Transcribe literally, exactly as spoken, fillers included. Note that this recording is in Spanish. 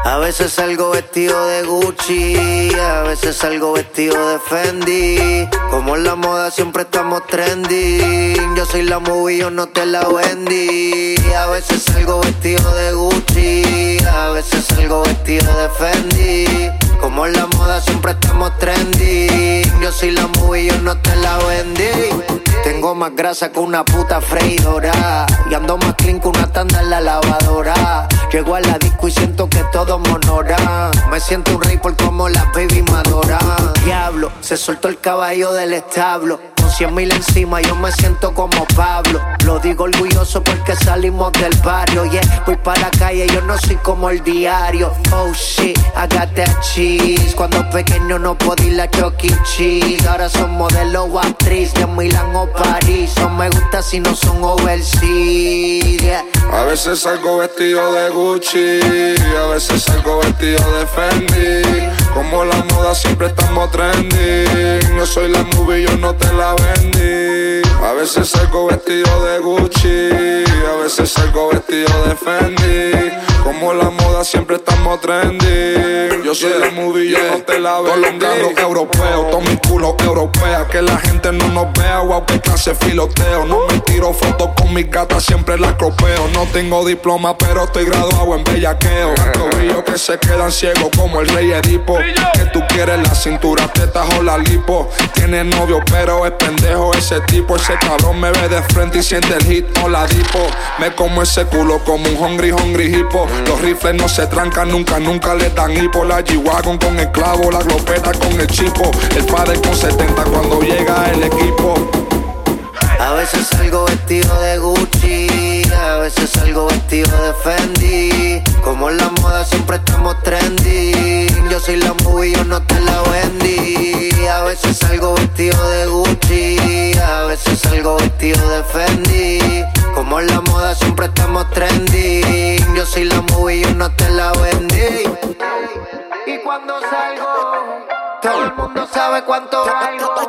A veces salgo vestido de Gucci, a veces salgo vestido de Fendi. Como en la moda siempre estamos trending. Yo soy la movie, yo no te la vendí. A veces salgo vestido de Gucci, a veces salgo vestido de Fendi. Como en la moda siempre estamos trending. Yo soy la movie, yo no te la vendí. Tengo más grasa que una puta freidora y ando más clean que una tanda en la lavadora. Llego a la disco y siento que todo me honora. Me siento un rey por como las baby me adoran. Diablo, se soltó el caballo del establo. Con cien mil encima yo me siento como Pablo. Lo digo orgulloso porque salimos del barrio. Yeah, voy para la calle, yo no soy como el diario. Oh shit, I got that cheese. Cuando pequeño no podía ir a Chuck E. Cheese. Ahora son modelos o actriz de Milán o París. No me gusta si no son overseas. Yeah. A veces salgo vestido de Gucci, a veces salgo vestido de Fendi. Como la moda siempre estamos trending. Yo soy la movie, yo no te la vendí. A veces salgo vestido de Gucci, a veces salgo vestido de Fendi. Como la moda siempre estamos trending. Yo soy yeah, la movie, yeah, yo no te la vendí. Todos los carros europeos, todos mis culos europeas. Que la gente no nos vea, wow, que clase filoteo. No me tiro fotos con mis gatas, siempre las cropeo. No tengo diploma, pero estoy graduado en bellaqueo. Tanto brillo que se quedan ciegos como el rey Edipo. Que tú quieres la cintura, tetas o la lipo. Tiene novio, pero es pendejo ese tipo. Ese cabrón me ve de frente y siente el hit o la dipo. Me como ese culo como un hungry, hungry hippo. Los rifles no se trancan nunca, nunca le dan hipo. La G-Wagon con el clavo, la glopeta con el chipo. El padre con setenta cuando llega el equipo. A veces salgo vestido de Gucci, a veces salgo vestido de Fendi. Como en la moda siempre estamos trending. Yo soy la movie, yo no te la vendí. A veces salgo vestido de Gucci, a veces salgo vestido de Fendi. Como en la moda siempre estamos trending. Yo soy la movie, yo no te la vendí. Y cuando salgo, todo el mundo sabe cuánto valgo.